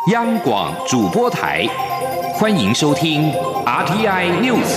央广主播台，欢迎收听 RTI News。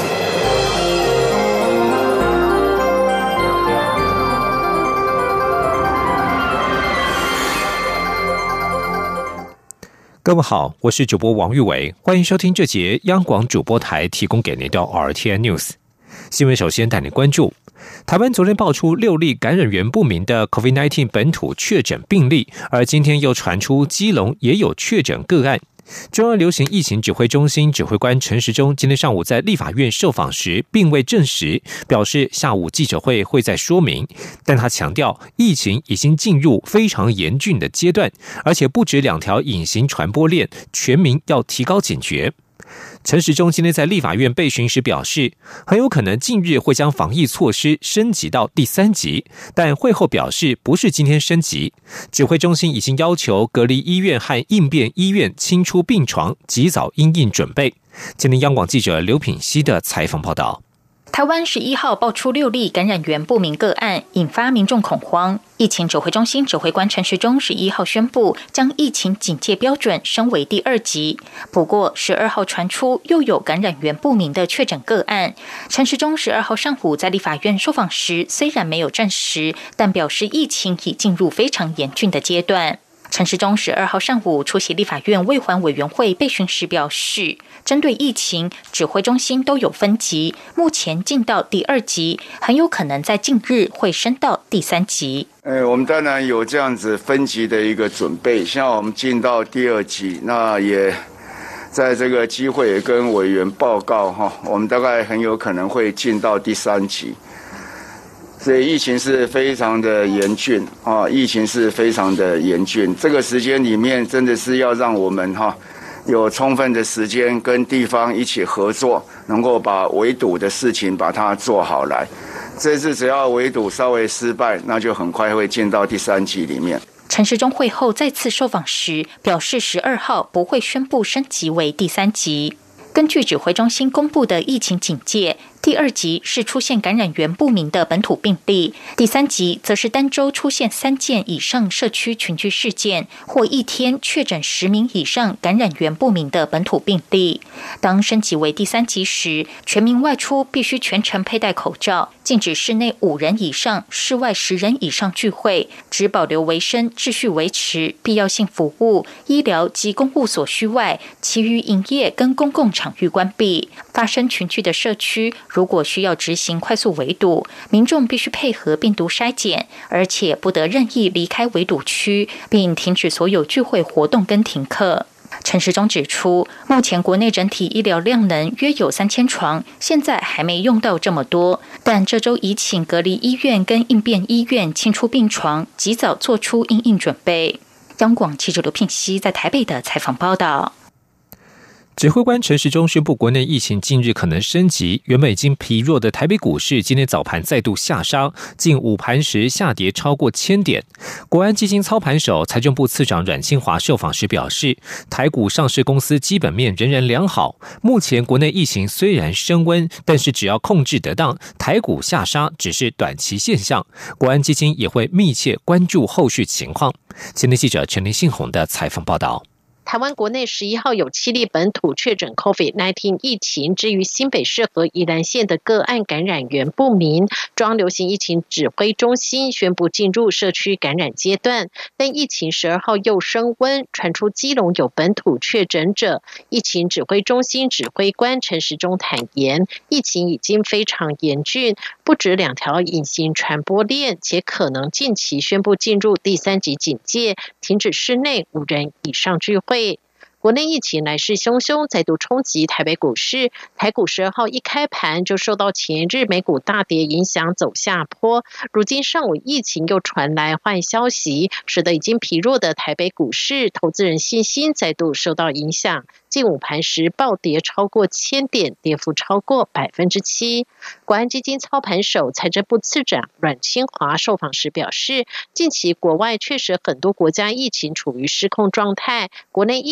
各位好，我是主播王玉伟，欢迎收听这节央广主播台提供给您的 RTI News 新闻。首先带您关注，台湾昨天爆出6例感染源不明的 COVID-19 本土确诊病例，而今天又传出基隆也有确诊个案。中央流行疫情指挥中心指挥官陈时中今天上午在立法院受访时并未证实，表示下午记者会会再说明，但他强调疫情已经进入非常严峻的阶段，而且不止2条隐形传播链，全民要提高警觉。陈时中今天在立法院备询时表示，很有可能近日会将防疫措施升级到第3级，但会后表示不是今天升级。指挥中心已经要求隔离医院和应变医院清出病床，及早因应准备。今天央广记者刘品希的采访报道。 台湾11号爆出6例感染源不明个案，引发民众恐慌。疫情指挥中心指挥官陈时中11号宣布，将疫情警戒标准升为第2级。不过12号传出又有感染源不明的确诊个案。陈时中12号上午在立法院受访时，虽然没有证实，但表示疫情已进入非常严峻的阶段。陈时中12号上午出席立法院卫环委员会备询时表示，针对疫情，指挥中心都有分级，目前进到第2级，很有可能在近日会升到第3级。 我们当然有这样子分级的一个准备，像我们进到第2级，那也在这个机会也跟委员报告我们大概很有可能会进到第3级。所以疫情是非常的严峻疫情是非常的严峻。这个时间里面真的是要让我们有充分的时间跟地方一起合作，能够把围堵的事情把它做好来。这次只要围堵稍微失败，那就很快会进到第3级里面。 陈时中会后再次受访时表示，12号不会宣布升级为第3级。根据指挥中心公布的疫情警戒，第2级是出现感染源不明的本土病例，第3级则是单周出现3件以上社区群聚事件，或一天确诊10名以上感染源不明的本土病例。当升级为第3级时，全民外出必须全程佩戴口罩，禁止室内5人以上、室外10人以上聚会，只保留维生、秩序维持、必要性服务、医疗及公务所需外，其余营业跟公共场域关闭。发生群聚的社区，如果需要执行快速围堵，民众必须配合病毒筛检，而且不得任意离开围堵区，并停止所有聚会活动跟停课。陈时中指出，目前国内整体医疗量能约有3000床，现在还没用到这么多，但这周已请隔离医院跟应变医院清出病床，及早做出因应准备。央广记者刘聘熙在台北的采访报道。 指挥官陈时中宣布，国内疫情近日可能升级。原本已经疲弱的台北股市，今天早盘再度下杀，近午盘时下跌超过1000点。国安基金操盘手、财政部次长阮清华受访时表示，台股上市公司基本面仍然良好。目前国内疫情虽然升温，但是只要控制得当，台股下杀只是短期现象。国安基金也会密切关注后续情况。前天记者陈林信宏的采访报道。 台湾国内11号有7例本土确诊 COVID-19 疫情，至于新北市和宜兰县的个案感染源不明，中央流行疫情指挥中心宣布进入社区感染阶段，但疫情12号又升温，传出基隆有本土确诊者。疫情指挥中心指挥官陈时中坦言，疫情已经非常严峻，不止2条隐形传播链，且可能近期宣布进入第3级警戒，停止室内5人以上聚会。国内疫情来势汹汹，再度冲击台北股市。台股12号一开盘就受到前日美股大跌影响走下坡，如今上午疫情又传来坏消息，使得已经疲弱的台北股市投资人信心再度受到影响。近午盘时暴跌超过1000点，跌幅超过7%。国安基金操盘手、财政部次长阮清华受访时表示，近期国外确实很多国家疫情处于失控状态，国内疫情确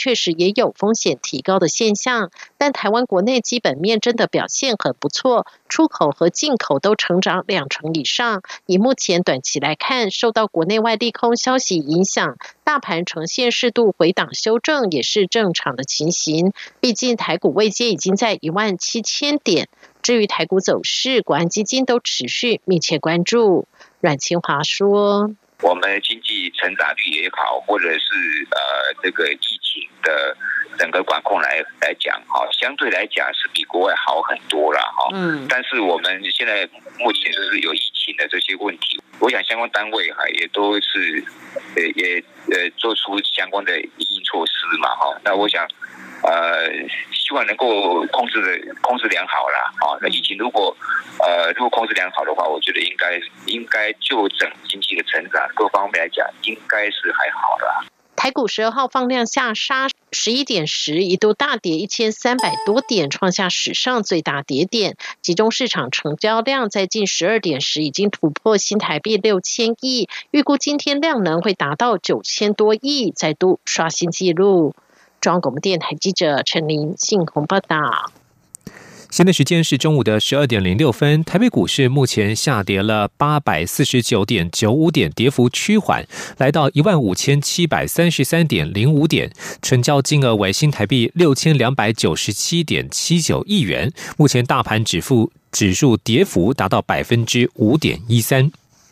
确实也有风险提高的现象，但台湾国内基本面真的表现很不错，出口和进口都成长2成以上。以目前短期来看，受到国内外利空消息影响，大盘呈现适度回档修正也是正常的情形。毕竟台股位阶已经在17000点。至于台股走势，国安基金都持续密切关注。阮清华说， 我们经济成长率也好，或者是这个疫情的整个管控来讲，相对来讲是比国外好很多了哈。但是我们现在目前就是有疫情的这些问题，我想相关单位也都是做出相关的因应措施嘛哈。那我想希望能够控制良好啦。那疫情如果控制良好的话，我觉得应该就整经济的成长各方面来讲，应该是还好啦。 台股12号放量下杀，11点10一度大跌1300多点，创下史上最大跌点。集中市场成交量在近12点10已经突破新台币6000亿，预估今天量能会达到9000多亿，再度刷新纪录。中央广播电台记者陈琳信鸿报道。 现在时间是中午的12点06分，台北股市目前下跌了849.95点，跌幅趋缓，来到15733.05点，成交金额为新台币6297.79亿元。目前大盘指数跌幅达到5.13%。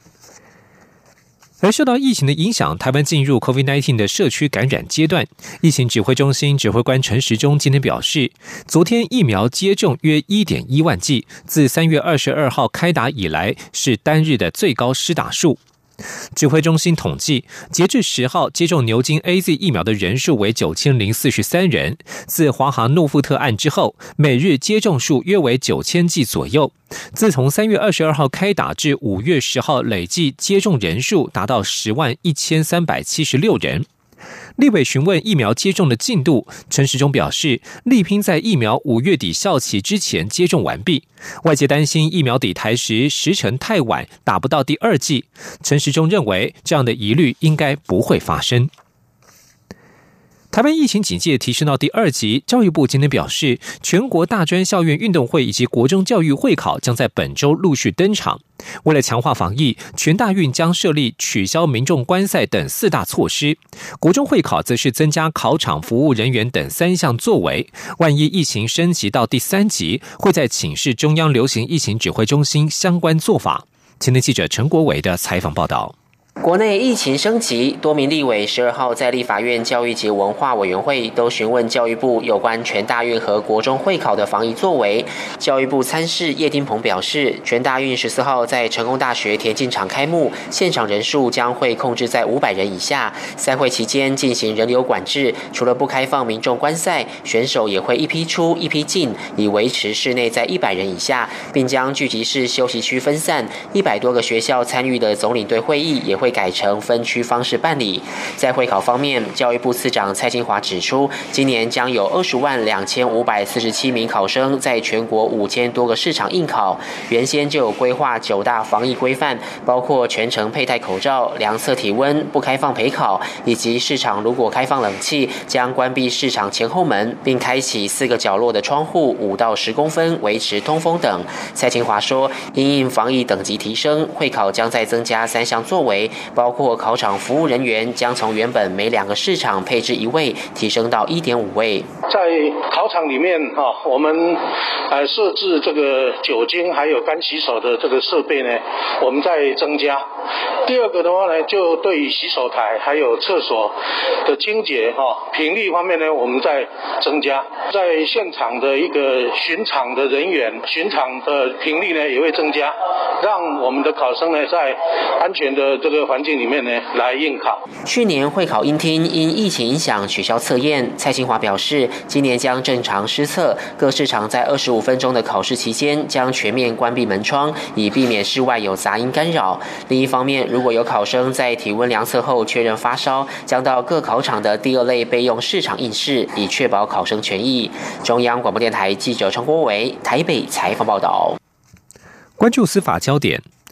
而受到疫情的影响，台湾进入 COVID-19 的社区感染阶段。疫情指挥中心指挥官陈时中今天表示，昨天疫苗接种约 1.1 万剂，自3月22号开打以来是单日的最高施打数。指挥中心统计，截至10号接种牛津 AZ 疫苗的人数为9043人。自华航诺富特案之后，每日接种数约为9000剂左右。自从3月22号开打至5月10号，累计接种人数达到101376人。立委询问疫苗接种的进度，陈时中表示，力拼在疫苗5月底效期之前接种完毕。外界担心疫苗抵台时时程太晚，打不到第2剂。陈时中认为，这样的疑虑应该不会发生。台湾疫情警戒提升到第2级，教育部今天表示，全国大专校院运动会以及国中教育会考将在本周陆续登场。为了强化防疫，全大运将设立取消民众观赛等4大措施，国中会考则是增加考场服务人员等3项作为。万一疫情升级到第3级，会再请示中央流行疫情指挥中心相关做法。前天记者陈国维的采访报道。 国内疫情升级，多名立委12号在立法院教育及文化委员会都询问教育部有关全大运和国中会考的防疫作为。教育部参事叶丁鹏表示，全大运14号在成功大学田径场开幕，现场人数将会控制在500人以下。赛会期间进行人流管制，除了不开放民众观赛，选手也会一批出一批进，以维持室内在100人以下，并将聚集式休息区分散。100多个学校参与的总领队会议也会改成分区方式办理。在会考方面，教育部次长蔡清华指出，今年将有202547名考生在全国5000多个市场应考。原先就有规划9大防疫规范，包括全程佩戴口罩、量测体温、不开放陪考，以及市场如果开放冷气，将关闭市场前后门，并开启4个角落的窗户5到10公分，维持通风等。蔡清华说，因应防疫等级提升，会考将再增加3项作为，包括考场服务人员将从原本每2个市场配置1位，提升到1.5位。 在考场里面我们设置这个酒精还有干洗手的这个设备呢，我们在增加。第二个的话呢，就对于洗手台还有厕所的清洁频率方面呢，我们在增加。在现场的一个巡场的人员，巡场的频率呢也会增加，让我们的考生呢在安全的这个环境里面呢来应考。 去年会考英厅因疫情影响取消测验，蔡清华表示，今年将正常施测，各市场在25分钟的考试期间将全面关闭门窗，以避免室外有杂音干扰。另一方面，如果有考生在体温量测后确认发烧，将到各考场的第2类备用市场应试，以确保考生权益。中央广播电台记者陈国维台北采访报道。 关注司法焦点。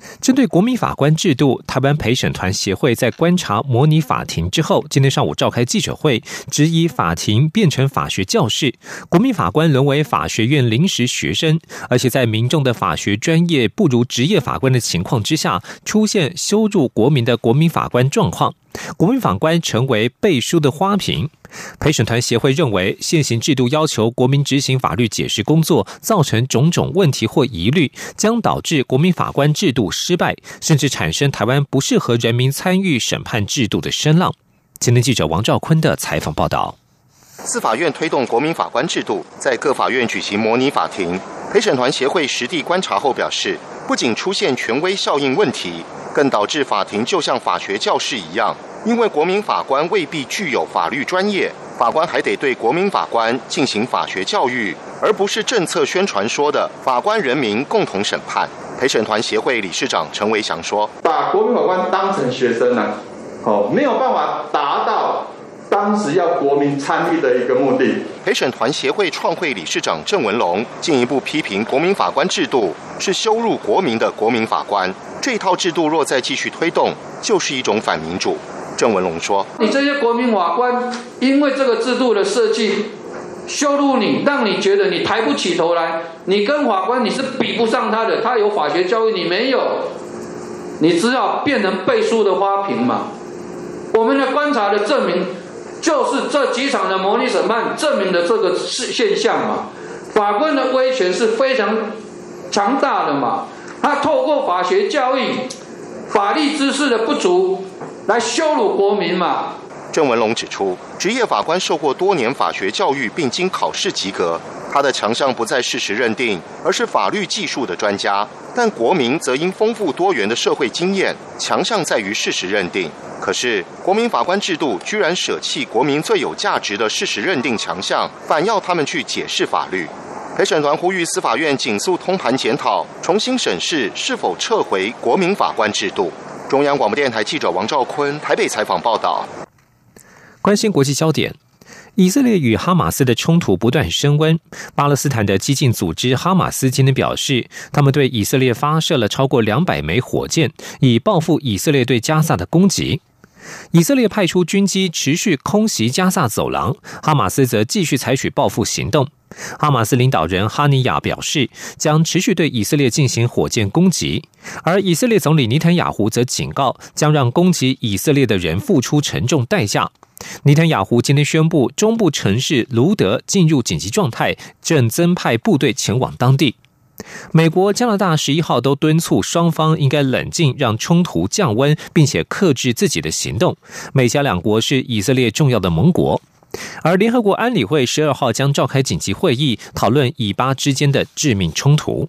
针对国民法官制度，台湾陪审团协会在观察模拟法庭之后，今天上午召开记者会，质疑法庭变成法学教室，国民法官沦为法学院临时学生，而且在民众的法学专业不如职业法官的情况之下，出现羞辱国民的国民法官状况，国民法官成为背书的花瓶。陪审团协会认为，现行制度要求国民执行法律解释工作，造成种种问题或疑虑，将导致国民法官制度失败，甚至产生台湾不适合人民参与审判制度的声浪。今天记者王兆坤的采访报道。 司法院推动国民法官制度，在各法院举行模拟法庭。陪审团协会实地观察后表示，不仅出现权威效应问题，更导致法庭就像法学教室一样，因为国民法官未必具有法律专业，法官还得对国民法官进行法学教育，而不是政策宣传说的法官人民共同审判。陪审团协会理事长陈维祥说：“ 把国民法官当成学生呢，没有办法达到当时要国民参与的一个目的。” 陪审团协会创会理事长郑文龙进一步批评国民法官制度是羞辱国民的国民法官，这套制度若再继续推动，就是一种反民主。郑文龙说：“ 你这些国民法官因为这个制度的设计羞辱你，让你觉得你抬不起头来，你跟法官你是比不上他的，他有法学教育你没有，你只好变成背书的花瓶嘛。我们的观察的证明，就是这几场的模拟审判证明的这个现象嘛。法官的威权是非常强大的嘛，他透过法学教育、法律知识的不足来羞辱国民嘛。” 郑文龙指出，职业法官受过多年法学教育并经考试及格，他的强项不在事实认定，而是法律技术的专家。但国民则因丰富多元的社会经验，强项在于事实认定。可是，国民法官制度居然舍弃国民最有价值的事实认定强项，反要他们去解释法律。陪审团呼吁司法院紧速通盘检讨，重新审视是否撤回国民法官制度。中央广播电台记者王兆坤台北采访报道。 关心国际焦点，以色列与哈马斯的冲突不断升温。巴勒斯坦的激进组织哈马斯今天表示，他们对以色列发射了超过200枚火箭，以报复以色列对加萨的攻击。以色列派出军机持续空袭加萨走廊，哈马斯则继续采取报复行动。哈马斯领导人哈尼亚表示，将持续对以色列进行火箭攻击，而以色列总理尼坦雅胡则警告，将让攻击以色列的人付出沉重代价。尼坦雅胡今天宣布，中部城市卢德进入紧急状态，正增派部队前往当地。美国、加拿大11号都敦促双方应该冷静，让冲突降温，并且克制自己的行动。美加两国是以色列重要的盟国。而联合国安理会12号将召开紧急会议，讨论以巴之间的致命冲突。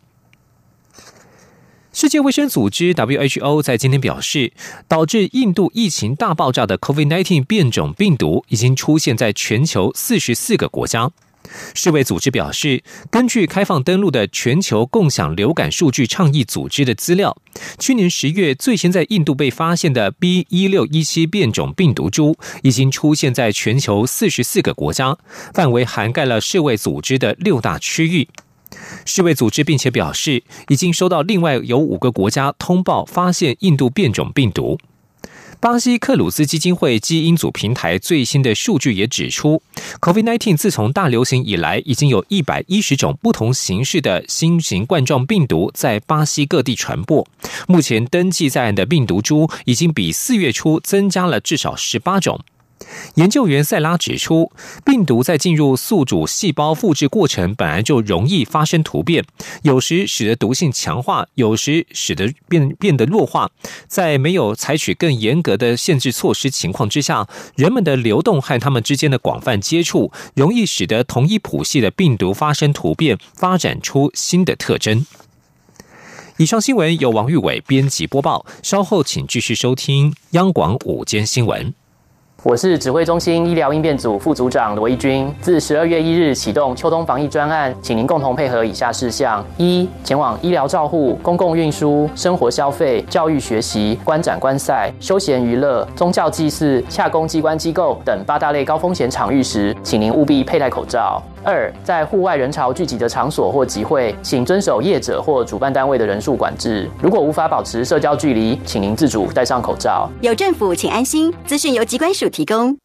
世界卫生组织 WHO 在今天表示，导致印度疫情大爆炸的 COVID-19 变种病毒已经出现在全球44个国家。世卫组织表示，根据开放登录的全球共享流感数据倡议组织的资料，去年10月最先在印度被发现的 B1617 变种病毒株已经出现在全球44个国家，范围涵盖了世卫组织的6大区域。世卫组织并且表示，已经收到另外有5个国家通报发现印度变种病毒。巴西克鲁兹基金会基因组平台最新的数据也指出， COVID-19 自从大流行以来，已经有110种不同形式的新型冠状病毒在巴西各地传播。目前登记在案的病毒株已经比4月初增加了至少18种。研究员塞拉指出，病毒在进入宿主细胞复制过程本来就容易发生突变，有时使得毒性强化，有时使得变得弱化。在没有采取更严格的限制措施情况之下，人们的流动和他们之间的广泛接触，容易使得同一谱系的病毒发生突变，发展出新的特征。以上新闻由王玉伟编辑播报，稍后请继续收听央广午间新闻。 我是指挥中心医疗应变组副组长罗一军。自12月1日启动秋冬防疫专案，请您共同配合以下事项：一、前往医疗照护、公共运输、生活消费、教育学习、观展观赛、休闲娱乐、宗教祭祀、洽公机关机构等8大类高风险场域时，请您务必佩戴口罩。2、在户外人潮聚集的场所或集会，请遵守业者或主办单位的人数管制。如果无法保持社交距离，请您自主戴上口罩。 有政府，请安心。资讯由疾管署提供。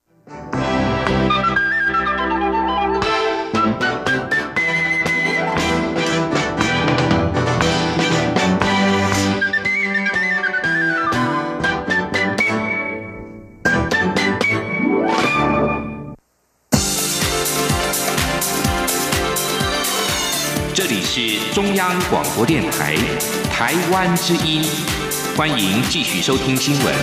这里是中央广播电台台湾之音，欢迎继续收听新闻。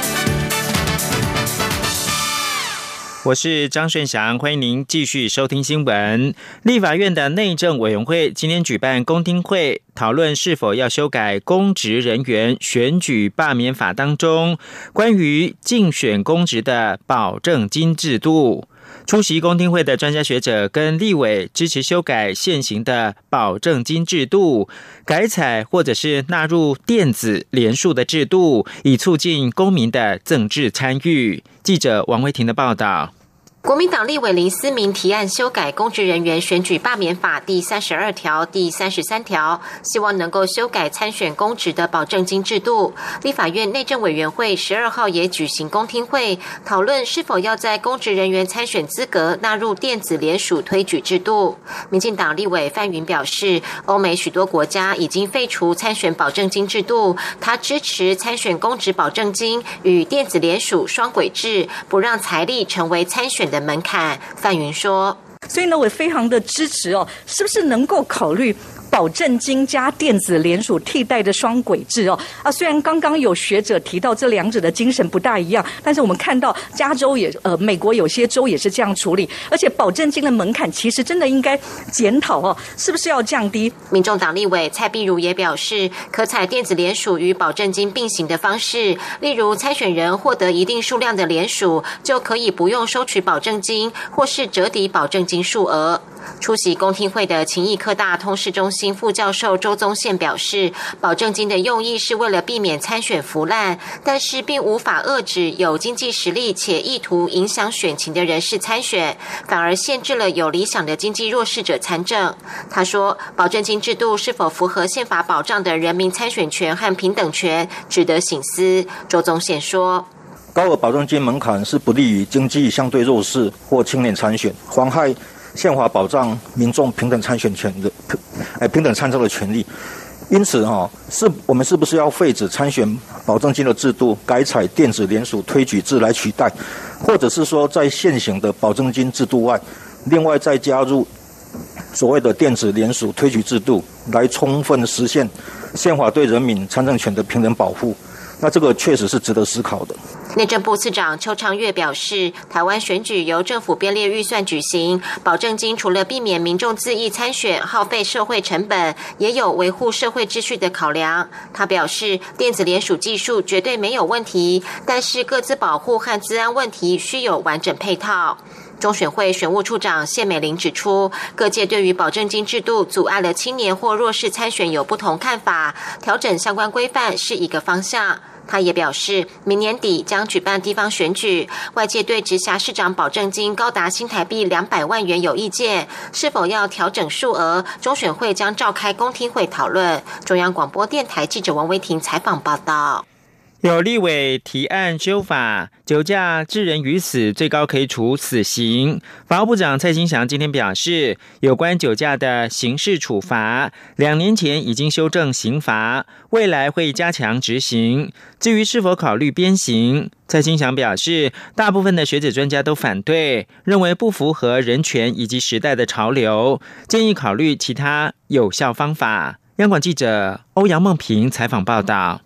我是张顺祥，欢迎您继续收听新闻。立法院的内政委员会今天举办公听会，讨论是否要修改公职人员选举罢免法当中关于竞选公职的保证金制度。出席公听会的专家学者跟立委支持修改现行的保证金制度，改采或者是纳入电子联署的制度，以促进公民的政治参与。记者王维婷的报道。 国民党立委林思明提案修改公职人员选举罢免法第32条、第33条，希望能够修改参选公职的保证金制度。立法院内政委员会12号也举行公听会，讨论是否要在公职人员参选资格纳入电子联署推举制度。民进党立委范云表示，欧美许多国家已经废除参选保证金制度，他支持参选公职保证金与电子联署双轨制，不让财力成为参选的门槛。范云说， 所以呢，我非常的支持哦，是不是能够考虑保证金加电子联署替代的双轨制哦？虽然刚刚有学者提到这两者的精神不大一样，但是我们看到加州也美国有些州也是这样处理，而且保证金的门槛其实真的应该检讨哦，是不是要降低？ 民众党立委蔡碧如也表示，可采电子联署与保证金并行的方式，例如参选人获得一定数量的联署，就可以不用收取保证金，或是折抵保证金数额。出席公听会的勤益科大通识中心副教授周宗宪表示，保证金的用意是为了避免参选腐烂，但是并无法遏制有经济实力且意图影响选情的人士参选，反而限制了有理想的经济弱势者参政。他说，保证金制度是否符合宪法保障的人民参选权和平等权，值得省思。周宗宪说， 高额保证金门槛是不利于经济相对弱势或青年参选，妨害宪法保障民众平等参选权的平等参政的权利。因此我们是不是要废止参选保证金的制度，改采电子联署推举制来取代，或者是说在现行的保证金制度外，另外再加入所谓的电子联署推举制度，来充分实现宪法对人民参政权的平等保护？那这个确实是值得思考的。 内政部次长邱昌岳表示，台湾选举由政府编列预算举行，保证金除了避免民众恣意参选耗费社会成本，也有维护社会秩序的考量。他表示，电子联署技术绝对没有问题，但是个资保护和资安问题需有完整配套。中选会选务处长谢美玲指出，各界对于保证金制度阻碍了青年或弱势参选有不同看法，调整相关规范是一个方向。他也表示，明年底将举办地方选举，外界对直辖市长保证金高达新台币200万元有意见，是否要调整数额，中选会将召开公听会讨论。中央广播电台记者王维婷采访报道。 有立委提案修法，酒驾致人于死，最高可以处死刑。法务部长蔡清祥今天表示，有关酒驾的刑事处罚，2年前已经修正刑罚，未来会加强执行。至于是否考虑鞭刑，蔡清祥表示，大部分的学者专家都反对，认为不符合人权以及时代的潮流，建议考虑其他有效方法。央广记者欧阳梦平采访报道。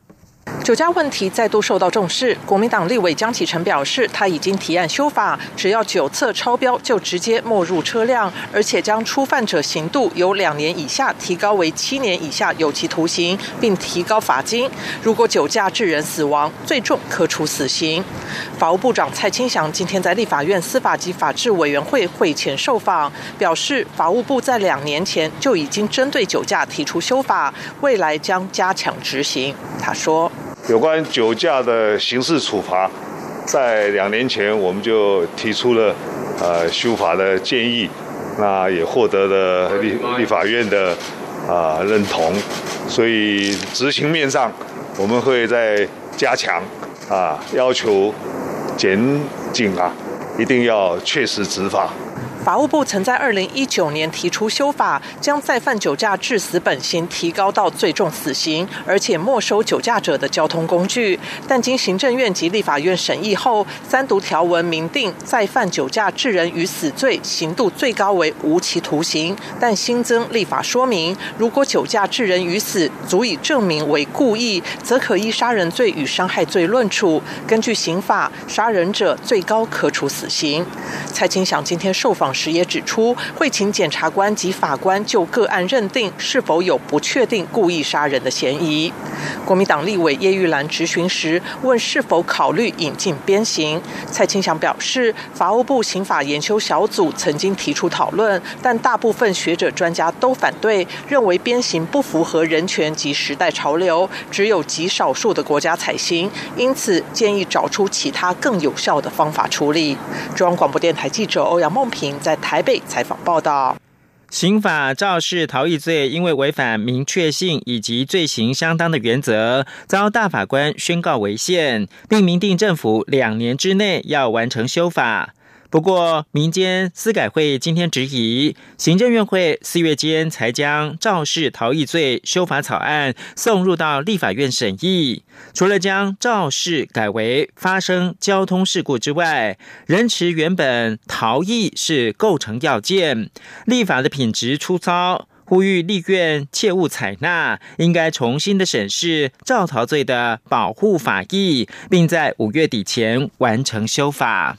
酒驾问题再度受到重视，国民党立委江启臣表示，他已经提案修法，只要酒测超标就直接没入车辆，而且将初犯者刑度由2年以下提高为7年以下有期徒刑，并提高罚金。如果酒驾致人死亡，最重可处死刑。法务部长蔡清祥今天在立法院司法及法制委员会会前受访，表示法务部在2年前就已经针对酒驾提出修法，未来将加强执行。他说， 有关酒驾的刑事处罚，在2年前我们就提出了修法的建议，那也获得了立法院的认同，所以执行面上我们会再加强要求检警一定要确实执法。 法务部曾在2019年提出修法，将再犯酒驾致死本刑提高到最重死刑，而且没收酒驾者的交通工具。但经行政院及立法院审议后，3读条文明定再犯酒驾致人于死罪，刑度最高为无期徒刑。但新增立法说明，如果酒驾致人于死足以证明为故意，则可依杀人罪与伤害罪论处。根据刑法，杀人者最高可处死刑。蔡清祥今天受访时也指出，会请检察官及法官就个案认定是否有不确定故意杀人的嫌疑。国民党立委叶玉兰质询时问是否考虑引进鞭刑，蔡清祥表示，法务部刑法研究小组曾经提出讨论，但大部分学者专家都反对，认为鞭刑不符合人权及时代潮流，只有极少数的国家采行，因此建议找出其他更有效的方法处理。中央广播电台记者欧阳梦平在台北采访报道。 刑法肇事逃逸罪因为违反明确性以及罪行相当的原则，遭大法官宣告违宪，并明定政府2年之内要完成修法。不过，民间司改会今天质疑，行政院会4月间才将肇事逃逸罪修法草案送入到立法院审议，除了将肇事改为发生交通事故之外，仍持原本逃逸是构成要件，立法的品质粗糙，呼吁立院切勿采纳，应该重新的审视肇逃罪的保护法益，并在5月底前完成修法。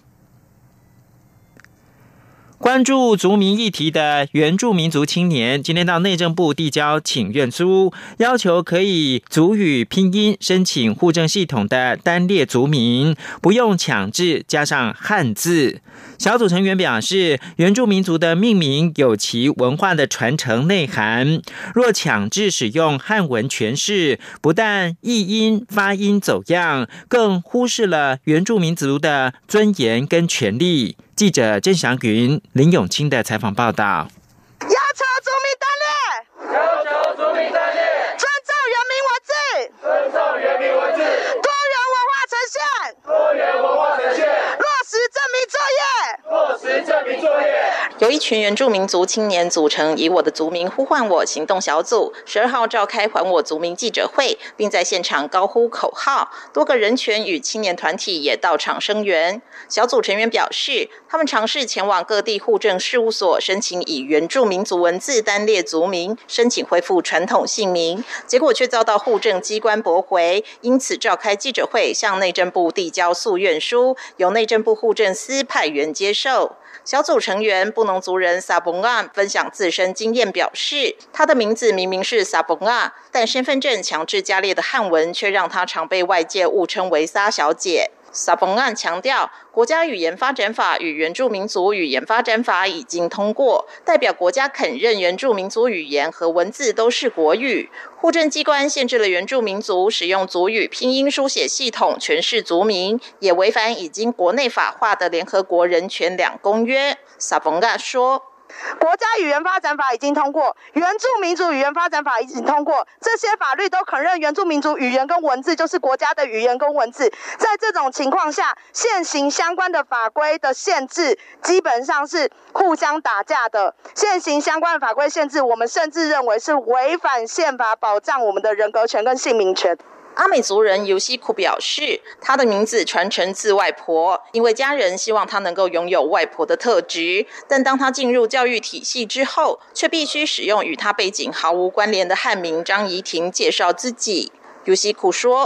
关注族民议题的原住民族青年今天到内政部递交请愿书，要求可以族语拼音申请户政系统的单列族民不用强制加上汉字。小组成员表示，原住民族的命名有其文化的传承内涵，若强制使用汉文诠释，不但译音发音走样，更忽视了原住民族的尊严跟权利。记者郑祥云、林永清的采访报道。 要求族民单列，要求族民单列，尊重原民文字，尊重原民文字，多元文化呈现，多元文化呈现，落实证明作业，落实证明作业。 有一群原住民族青年组成以我的族名呼唤我行动小组，12号召开还我族名记者会，并在现场高呼口号，多个人权与青年团体也到场声援。小组成员表示，他们尝试前往各地户政事务所申请以原住民族文字单列族名，申请恢复传统姓名，结果却遭到户政机关驳回，因此召开记者会向内政部递交诉愿书，由内政部户政司派员接受。小组成员布农族人萨崩啊分享自身经验表示，他的名字明明是萨崩啊，但身份证强制加列的汉文却让他常被外界误称为沙小姐。萨崩案强调，国家语言发展法与原住民族语言发展法已经通过，代表国家肯认原住民族语言和文字都是国语。户政机关限制了原住民族使用族语拼音书写系统诠释族名，也违反已经国内法化的联合国人权2公约。萨崩案说， 国家语言发展法已经通过，原住民族语言发展法已经通过，这些法律都肯认原住民族语言跟文字就是国家的语言跟文字。在这种情况下，现行相关的法规的限制基本上是互相打架的。现行相关的法规限制，我们甚至认为是违反宪法保障我们的人格权跟姓名权。 阿美族人尤西库表示，他的名字传承自外婆，因为家人希望他能够拥有外婆的特质，但当他进入教育体系之后，却必须使用与他背景毫无关联的汉名张怡婷介绍自己。尤西库说，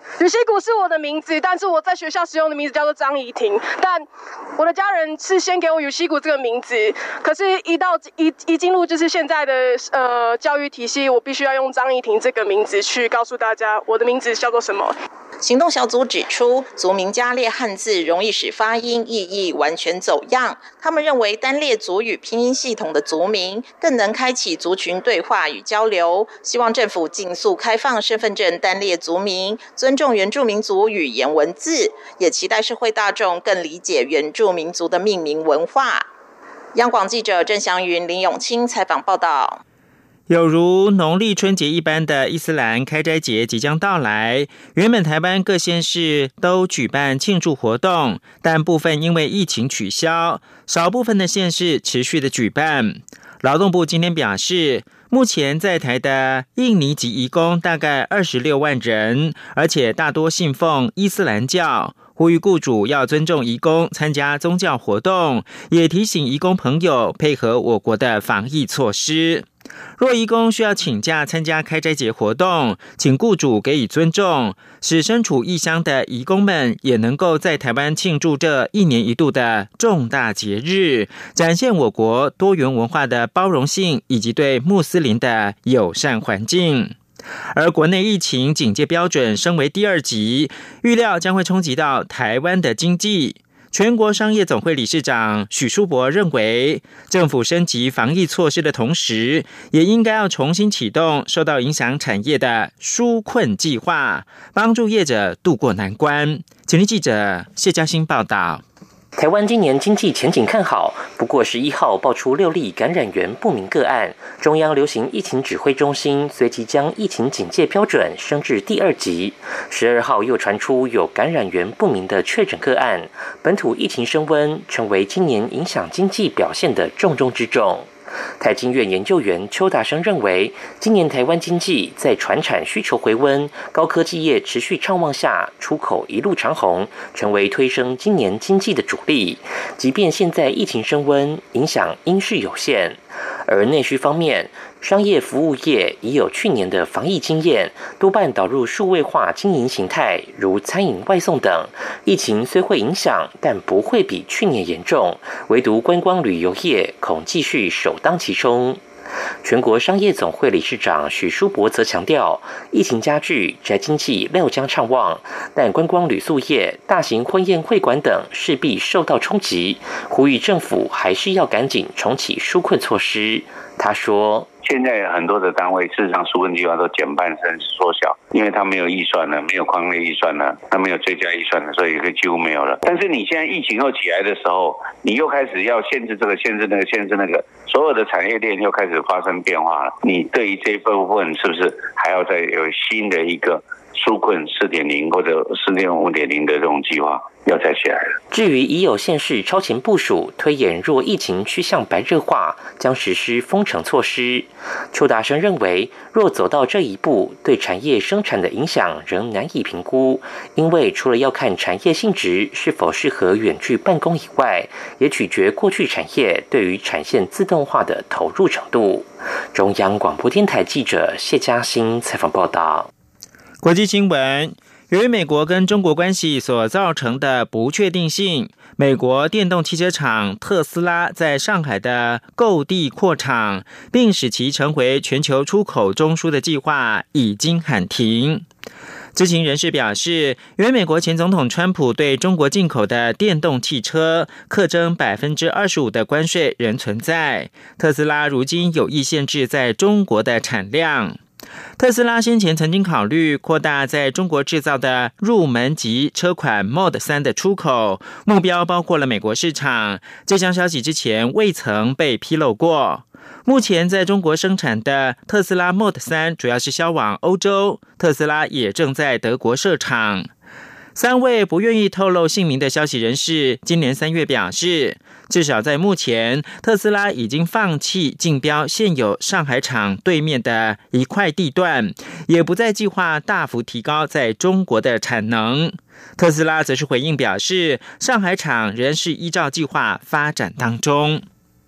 雨溪谷是我的名字，但是我在学校使用的名字叫做张怡婷。但我的家人是先给我雨溪谷这个名字，可是一进入就是现在的教育体系，我必须要用张怡婷这个名字去告诉大家我的名字叫做什么。 行动小组指出，族名加列汉字容易使发音意义完全走样。他们认为单列族语拼音系统的族名更能开启族群对话与交流，希望政府尽速开放身份证单列族名，尊重原住民族语言文字，也期待社会大众更理解原住民族的命名文化。央广记者郑祥云、林永清采访报道。 有如农历春节一般的伊斯兰开斋节即将到来，原本台湾各县市都举办庆祝活动，但部分因为疫情取消，少部分的县市持续的举办。劳动部今天表示，目前在台的印尼籍移工大概26万人，而且大多信奉伊斯兰教，呼吁雇主要尊重移工参加宗教活动，也提醒移工朋友配合我国的防疫措施。若移工需要请假参加开斋节活动，请雇主给予尊重，使身处异乡的移工们也能够在台湾庆祝这1年1度的重大节日，展现我国多元文化的包容性以及对穆斯林的友善环境。而国内疫情警戒标准升为第2级，预料将会冲击到台湾的经济。全国商业总会理事长许书博认为，政府升级防疫措施的同时，也应该要重新启动受到影响产业的纾困计划，帮助业者渡过难关。前天记者谢嘉欣报道。 台湾今年经济前景看好，不过11号爆出6例感染源不明个案，中央流行疫情指挥中心随即将疫情警戒标准升至第2级。12号又传出有感染源不明的确诊个案，本土疫情升温，成为今年影响经济表现的重中之重。台经院研究员邱达生认为，今年台湾经济在传产需求回温、高科技业持续畅旺下，出口一路长红，成为推升今年经济的主力。即便现在疫情升温，影响应是有限。而内需方面，商业服务业已有去年的防疫经验，多半导入数位化经营形态，如餐饮外送等。疫情虽会影响，但不会比去年严重，唯独观光旅游业恐继续首当其冲。全国商业总会理事长许书博则强调，疫情加剧，宅经济料将畅旺，但观光旅宿业、大型婚宴会馆等势必受到冲击，呼吁政府还是要赶紧重启纾困措施。他说， 现在很多的单位事实上纾困计划都减半甚至缩小，因为它没有预算了，没有框列预算了，它没有追加预算了，所以几乎没有了。但是你现在疫情又起来的时候，你又开始要限制这个限制那个限制那个，所有的产业链又开始发生变化了。你对于这部分是不是还要再有新的一个纾困 4.0 或者4.5.0 的这种计划要再起来了？ 至于已有县市超前部署，推演若疫情趋向白热化，将实施封城措施。邱达生认为，若走到这一步，对产业生产的影响仍难以评估，因为除了要看产业性质是否适合远距办公以外，也取决过去产业对于产线自动化的投入程度。中央广播电台记者谢嘉欣采访报道。 国际新闻，由于美国跟中国关系所造成的不确定性，美国电动汽车厂特斯拉在上海的购地扩厂，并使其成为全球出口中枢的计划已经喊停。知情人士表示，由于美国前总统川普对中国进口的电动汽车课征 25% 的关税仍存在，特斯拉如今有意限制在中国的产量。特斯拉先前曾经考虑扩大在中国制造的入门级车款 Model 3的出口，目标包括了美国市场。这项消息之前未曾被披露过。目前在中国生产的特斯拉 Model 3主要是销往欧洲，特斯拉也正在德国设厂。3位不愿意透露姓名的消息人士今年3月表示，至少在目前，特斯拉已经放弃竞标现有上海厂对面的一块地段，也不再计划大幅提高在中国的产能。特斯拉则是回应表示，上海厂仍是依照计划发展当中。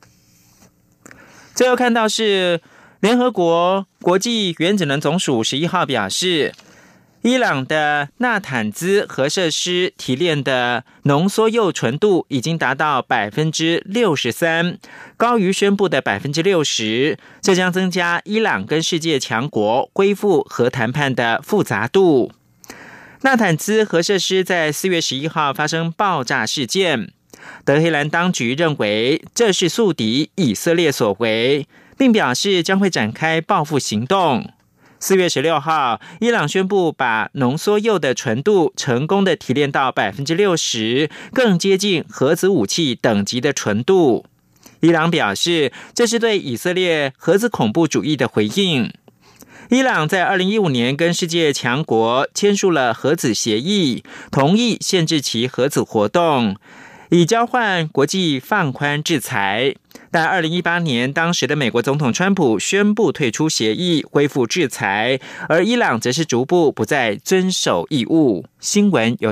最后看到是联合国国际原子能总署11号表示， 伊朗的纳坦兹核设施提炼的浓缩铀纯度已经达到 63%， 高于宣布的 60%， 这将增加伊朗跟世界强国恢复核谈判的复杂度。纳坦兹核设施在4月11号发生爆炸事件，德黑兰当局认为这是宿敌以色列所为，并表示将会展开报复行动。4月16号，伊朗宣布把浓缩铀的纯度成功的提炼到 60%， 更接近核子武器等级的纯度。伊朗表示，这是对以色列核子恐怖主义的回应。伊朗在2015年跟世界强国签署了核子协议，同意限制其核子活动，以交换国际放宽制裁。但2018年，当时的美国总统川普宣布退出协议，恢复制裁，而伊朗则是逐步不再遵守义务。新闻由